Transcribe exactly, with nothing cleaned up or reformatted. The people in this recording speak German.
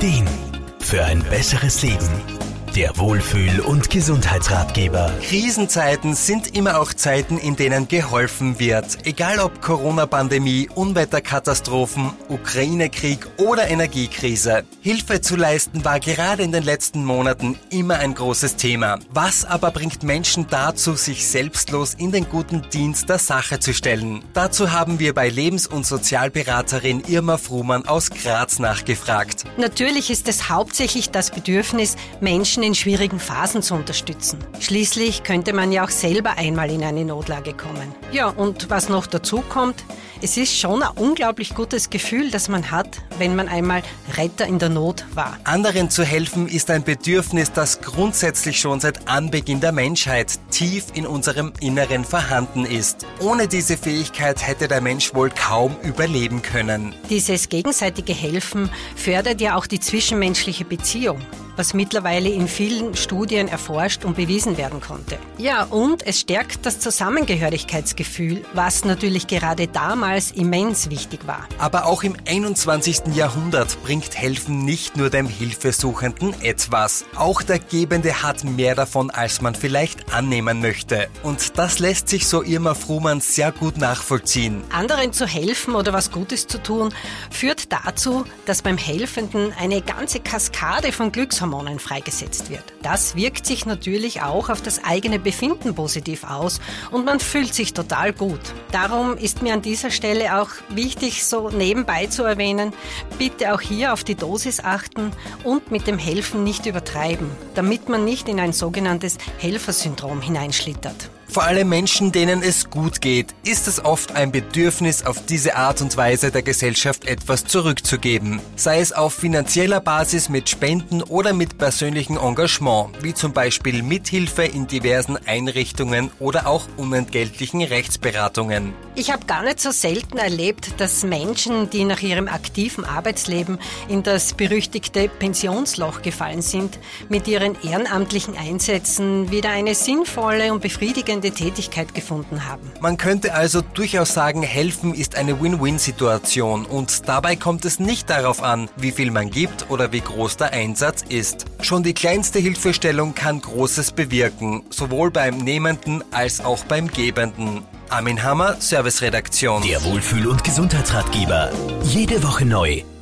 Ideen für ein besseres Leben. Der Wohlfühl- und Gesundheitsratgeber. Krisenzeiten sind immer auch Zeiten, in denen geholfen wird. Egal ob Corona-Pandemie, Unwetterkatastrophen, Ukraine-Krieg oder Energiekrise. Hilfe zu leisten war gerade in den letzten Monaten immer ein großes Thema. Was aber bringt Menschen dazu, sich selbstlos in den guten Dienst der Sache zu stellen? Dazu haben wir bei Lebens- und Sozialberaterin Irma Fruhmann aus Graz nachgefragt. Natürlich ist es hauptsächlich das Bedürfnis, Menschen in schwierigen Phasen zu unterstützen. Schließlich könnte man ja auch selber einmal in eine Notlage kommen. Ja, und was noch dazu kommt, es ist schon ein unglaublich gutes Gefühl, das man hat, wenn man einmal Retter in der Not war. Anderen zu helfen ist ein Bedürfnis, das grundsätzlich schon seit Anbeginn der Menschheit tief in unserem Inneren vorhanden ist. Ohne diese Fähigkeit hätte der Mensch wohl kaum überleben können. Dieses gegenseitige Helfen fördert ja auch die zwischenmenschliche Beziehung, was mittlerweile in vielen Studien erforscht und bewiesen werden konnte. Ja, und es stärkt das Zusammengehörigkeitsgefühl, was natürlich gerade damals immens wichtig war. Aber auch im einundzwanzigsten Jahrhundert bringt Helfen nicht nur dem Hilfesuchenden etwas. Auch der Gebende hat mehr davon, als man vielleicht annehmen möchte. Und das lässt sich, so Irma Fruhmann, sehr gut nachvollziehen. Anderen zu helfen oder was Gutes zu tun, führt dazu, dass beim Helfenden eine ganze Kaskade von Glückshormonen freigesetzt wird. Das wirkt sich natürlich auch auf das eigene Befinden positiv aus und man fühlt sich total gut. Darum ist mir an dieser Stelle auch wichtig, so nebenbei zu erwähnen, bitte auch hier auf die Dosis achten und mit dem Helfen nicht übertreiben, damit man nicht in ein sogenanntes Helfersyndrom hineinschlittert. Vor allem Menschen, denen es gut geht, ist es oft ein Bedürfnis, auf diese Art und Weise der Gesellschaft etwas zurückzugeben. Sei es auf finanzieller Basis mit Spenden oder mit persönlichem Engagement, wie zum Beispiel Mithilfe in diversen Einrichtungen oder auch unentgeltlichen Rechtsberatungen. Ich habe gar nicht so selten erlebt, dass Menschen, die nach ihrem aktiven Arbeitsleben in das berüchtigte Pensionsloch gefallen sind, mit ihren ehrenamtlichen Einsätzen wieder eine sinnvolle und befriedigende Tätigkeit gefunden haben. Man könnte also durchaus sagen, helfen ist eine Win-Win-Situation und dabei kommt es nicht darauf an, wie viel man gibt oder wie groß der Einsatz ist. Schon die kleinste Hilfestellung kann Großes bewirken, sowohl beim Nehmenden als auch beim Gebenden. Armin Hammer, Serviceredaktion. Der Wohlfühl- und Gesundheitsratgeber. Jede Woche neu.